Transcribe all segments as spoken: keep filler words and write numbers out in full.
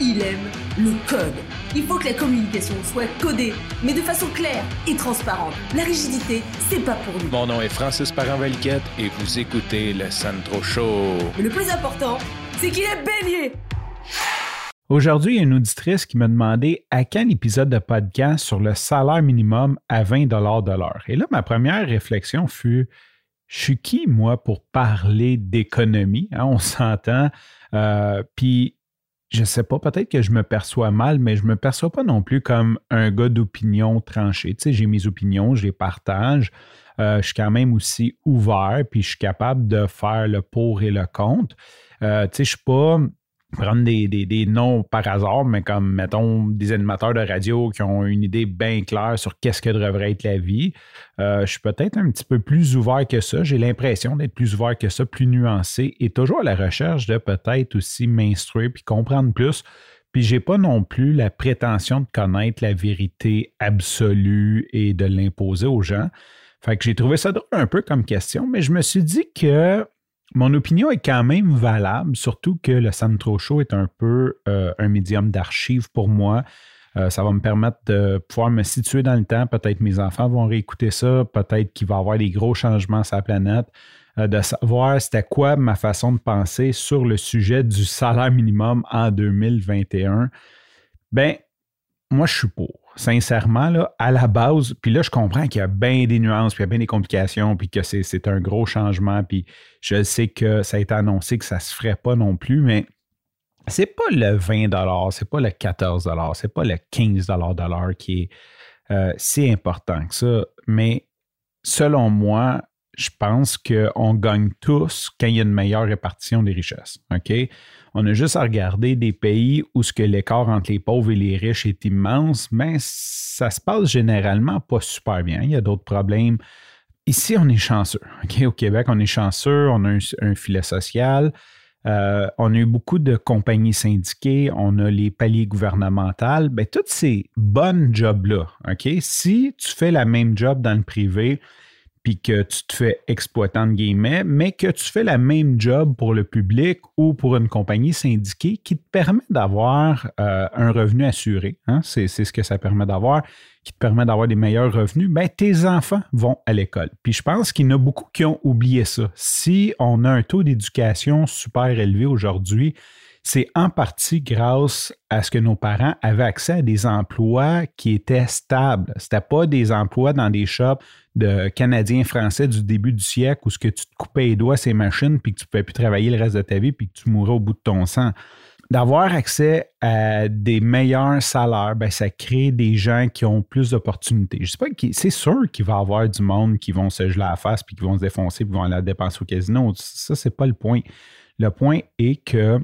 il aime le code. Il faut que la communication soit codée, mais de façon claire et transparente. La rigidité, c'est pas pour nous. Mon nom est Francis Parent-Valquette et vous écoutez le Sandro Show. Mais le plus important, c'est qu'il est bélier. Aujourd'hui, il y a une auditrice qui m'a demandé à quand l'épisode de podcast sur le salaire minimum à vingt dollars de l'heure. Et là, ma première réflexion fut, je suis qui, moi, pour parler d'économie? Hein, on s'entend. Euh, puis, je ne sais pas, peut-être que je me perçois mal, mais je ne me perçois pas non plus comme un gars d'opinion tranchée. Tu sais, j'ai mes opinions, je les partage. Euh, je suis quand même aussi ouvert, puis je suis capable de faire le pour et le contre. Euh, tu sais, je ne suis pas... prendre des, des, des noms par hasard, mais comme, mettons, des animateurs de radio qui ont une idée bien claire sur qu'est-ce que devrait être la vie. Euh, je suis peut-être un petit peu plus ouvert que ça. J'ai l'impression d'être plus ouvert que ça, plus nuancé et toujours à la recherche de peut-être aussi m'instruire puis comprendre plus. Puis j'ai pas non plus la prétention de connaître la vérité absolue et de l'imposer aux gens. Fait que j'ai trouvé ça drôle un peu comme question, mais je me suis dit que mon opinion est quand même valable, surtout que le Sandro Show est un peu euh, un médium d'archives pour moi. Euh, ça va me permettre de pouvoir me situer dans le temps. Peut-être mes enfants vont réécouter ça. Peut-être qu'il va y avoir des gros changements sur la planète. Euh, de savoir c'était quoi ma façon de penser sur le sujet du salaire minimum en deux mille vingt et un. Bien, moi, je suis pour. Sincèrement, là, à la base, puis là, je comprends qu'il y a bien des nuances, puis il y a bien des complications, puis que c'est, c'est un gros changement, puis je sais que ça a été annoncé que ça ne se ferait pas non plus, mais c'est pas le vingt dollars, c'est pas le quatorze dollars, c'est pas le quinze dollars de l'heure qui est euh, si important que ça, mais selon moi, je pense qu'on gagne tous quand il y a une meilleure répartition des richesses, OK? On a juste à regarder des pays où ce que l'écart entre les pauvres et les riches est immense, mais ça se passe généralement pas super bien. Il y a d'autres problèmes. Ici, on est chanceux. Okay? Au Québec, on est chanceux, on a un, un filet social, euh, on a eu beaucoup de compagnies syndiquées, on a les paliers gouvernementaux. Bien, tous ces bonnes jobs-là, okay? Si tu fais la même job dans le privé, puis que tu te fais exploitant de guillemets, mais que tu fais la même job pour le public ou pour une compagnie syndiquée qui te permet d'avoir euh, un revenu assuré, hein? c'est, c'est ce que ça permet d'avoir, qui te permet d'avoir des meilleurs revenus, bien, tes enfants vont à l'école. Puis je pense qu'il y en a beaucoup qui ont oublié ça. Si on a un taux d'éducation super élevé aujourd'hui, c'est en partie grâce à ce que nos parents avaient accès à des emplois qui étaient stables. Ce n'était pas des emplois dans des shops de Canadiens français du début du siècle où ce que tu te coupais les doigts ces machines puis que tu ne pouvais plus travailler le reste de ta vie puis que tu mourrais au bout de ton sang. D'avoir accès à des meilleurs salaires, bien, ça crée des gens qui ont plus d'opportunités. Je sais pas, c'est sûr qu'il va y avoir du monde qui vont se geler à la face puis qui vont se défoncer puis qui vont aller la dépenser au casino. Ça, c'est pas le point. Le point est que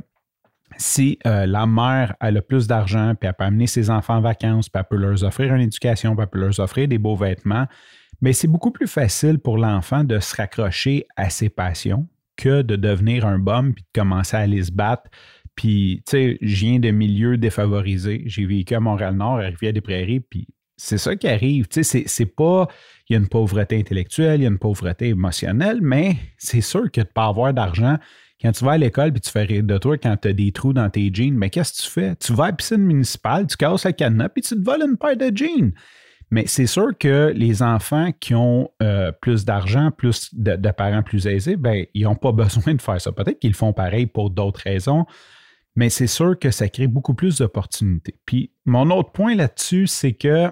si euh, la mère elle a plus d'argent, puis elle peut amener ses enfants en vacances, puis elle peut leur offrir une éducation, puis elle peut leur offrir des beaux vêtements, mais c'est beaucoup plus facile pour l'enfant de se raccrocher à ses passions que de devenir un bum puis de commencer à aller se battre. Puis, tu sais, je viens de milieux défavorisés. J'ai vécu à Montréal-Nord, à Rivière-des-Prairies, puis c'est ça qui arrive. Tu sais, c'est, c'est pas... Il y a une pauvreté intellectuelle, il y a une pauvreté émotionnelle, mais c'est sûr que de ne pas avoir d'argent... Quand tu vas à l'école et tu fais rire de toi quand tu as des trous dans tes jeans, mais qu'est-ce que tu fais? Tu vas à la piscine municipale, tu casses le cadenas et tu te voles une paire de jeans. Mais c'est sûr que les enfants qui ont euh, plus d'argent, plus de, de parents plus aisés, ben, ils n'ont pas besoin de faire ça. Peut-être qu'ils le font pareil pour d'autres raisons, mais c'est sûr que ça crée beaucoup plus d'opportunités. Puis mon autre point là-dessus, c'est que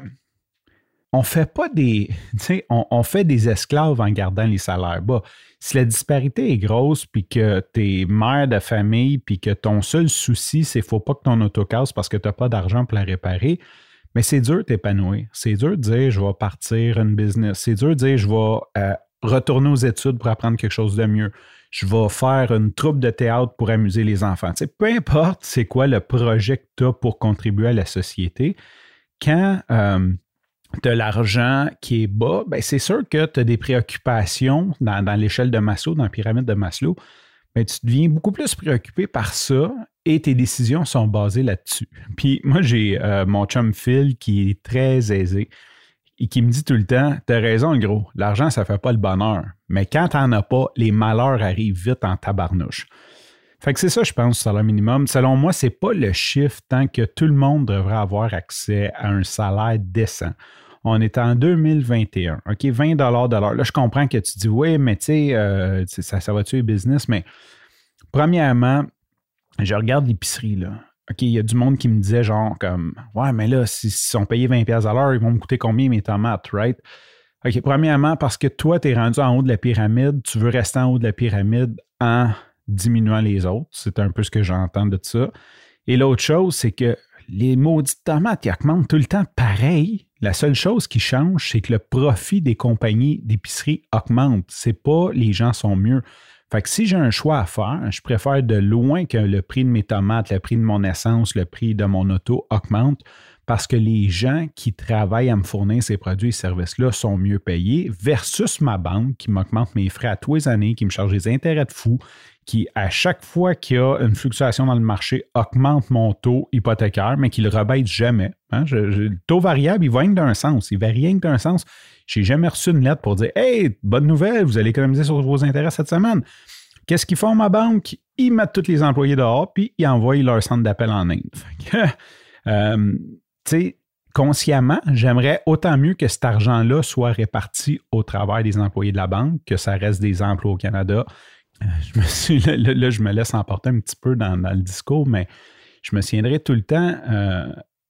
on fait pas des, tu sais, on, on fait des esclaves en gardant les salaires bas. Si la disparité est grosse, puis que tu es mère de famille, puis que ton seul souci, c'est qu'il ne faut pas que ton auto casse parce que tu n'as pas d'argent pour la réparer, mais c'est dur de t'épanouir. C'est dur de dire, je vais partir une business. C'est dur de dire, je vais euh, retourner aux études pour apprendre quelque chose de mieux. Je vais faire une troupe de théâtre pour amuser les enfants. Tu sais, peu importe c'est quoi le projet que tu as pour contribuer à la société, quand... Euh, tu as l'argent qui est bas, bien, c'est sûr que tu as des préoccupations dans, dans l'échelle de Maslow, dans la pyramide de Maslow. Bien, tu deviens beaucoup plus préoccupé par ça et tes décisions sont basées là-dessus. Puis moi, j'ai euh, mon chum Phil qui est très aisé et qui me dit tout le temps, t'as raison, gros, l'argent, ça fait pas le bonheur. Mais quand t'en as pas, les malheurs arrivent vite en tabarnouche. Fait que c'est ça, je pense, le salaire minimum. Selon moi, c'est pas le chiffre tant que tout le monde devrait avoir accès à un salaire décent. On est en deux mille vingt et un, OK, vingt dollars de l'heure. Là, je comprends que tu dis, oui, mais tu sais, euh, ça, ça va tuer le business, mais premièrement, je regarde l'épicerie, là. OK, il y a du monde qui me disait genre comme, ouais, mais là, s'ils sont payés vingt dollars à l'heure, ils vont me coûter combien mes tomates, right? OK, premièrement, parce que toi, tu es rendu en haut de la pyramide, tu veux rester en haut de la pyramide en diminuant les autres. C'est un peu ce que j'entends de ça. Et l'autre chose, c'est que les maudites tomates, ils augmentent tout le temps pareil. La seule chose qui change, c'est que le profit des compagnies d'épicerie augmente. C'est pas les gens sont mieux. Fait que si j'ai un choix à faire, je préfère de loin que le prix de mes tomates, le prix de mon essence, le prix de mon auto augmente parce que les gens qui travaillent à me fournir ces produits et services-là sont mieux payés versus ma banque qui m'augmente mes frais à tous les années, qui me charge des intérêts de fou, qui, à chaque fois qu'il y a une fluctuation dans le marché, augmente mon taux hypothécaire, mais qui ne le rebaisse jamais. Hein? Je, je, le taux variable, il va rien que d'un sens. Il varie rien que d'un sens. Je n'ai jamais reçu une lettre pour dire « Hey, bonne nouvelle, vous allez économiser sur vos intérêts cette semaine. » Qu'est-ce qu'ils font, ma banque? Ils mettent tous les employés dehors, puis ils envoient leur centre d'appel en Inde. euh, tu sais, consciemment, j'aimerais autant mieux que cet argent-là soit réparti au travers des employés de la banque, que ça reste des emplois au Canada. Euh, je me suis, là, là, là, je me laisse emporter un petit peu dans, dans le discours, mais je me souviendrai tout le temps, euh,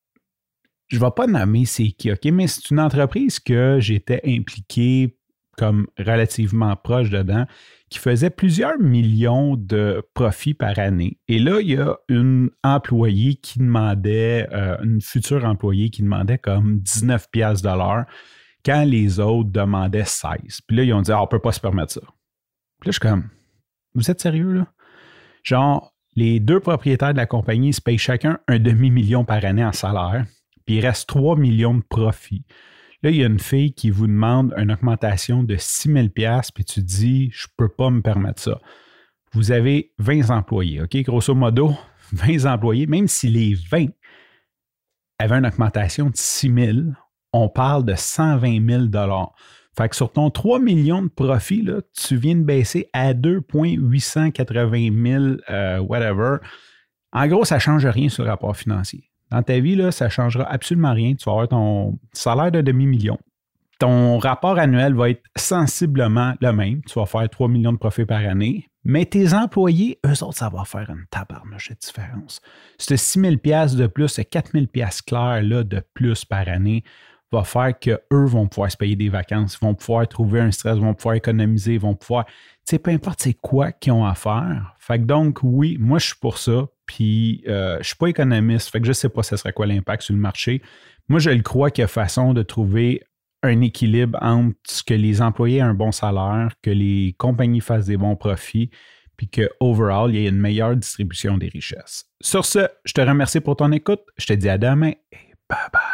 je ne vais pas nommer c'est qui, OK, mais c'est une entreprise que j'étais impliqué comme relativement proche dedans, qui faisait plusieurs millions de profits par année. Et là, il y a une employée qui demandait, euh, une future employée qui demandait comme dix-neuf piastres de l'heure quand les autres demandaient seize. Puis là, ils ont dit, ah, on ne peut pas se permettre ça. Puis là, je suis comme, vous êtes sérieux, là? Genre, les deux propriétaires de la compagnie se payent chacun un demi-million par année en salaire, puis il reste trois millions de profits. Là, il y a une fille qui vous demande une augmentation de six mille dollars, puis tu dis, je ne peux pas me permettre ça. Vous avez vingt employés, OK? Grosso modo, vingt employés, même si les vingt avaient une augmentation de six mille, on parle de cent vingt mille dollars. Fait que sur ton trois millions de profit, là, tu viens de baisser à deux virgule huit cent quatre-vingt mille, euh, whatever. En gros, ça ne change rien sur le rapport financier. Dans ta vie, là, ça ne changera absolument rien. Tu vas avoir ton salaire de demi-million. Ton rapport annuel va être sensiblement le même. Tu vas faire trois millions de profits par année. Mais tes employés, eux autres, ça va faire une tabarnouche de différence. Ce six mille dollars de plus, ce quatre mille dollars clair là, de plus par année va faire qu'eux vont pouvoir se payer des vacances, vont pouvoir trouver un stress, vont pouvoir économiser, vont pouvoir... Tu sais, peu importe c'est quoi qu'ils ont à faire. Fait que donc, oui, moi, je suis pour ça. Puis, euh, je ne suis pas économiste, fait que je ne sais pas ce serait quoi l'impact sur le marché. Moi, je le crois qu'il y a façon de trouver un équilibre entre ce que les employés aient un bon salaire, que les compagnies fassent des bons profits, puis que, overall, il y ait une meilleure distribution des richesses. Sur ce, je te remercie pour ton écoute. Je te dis à demain et bye bye.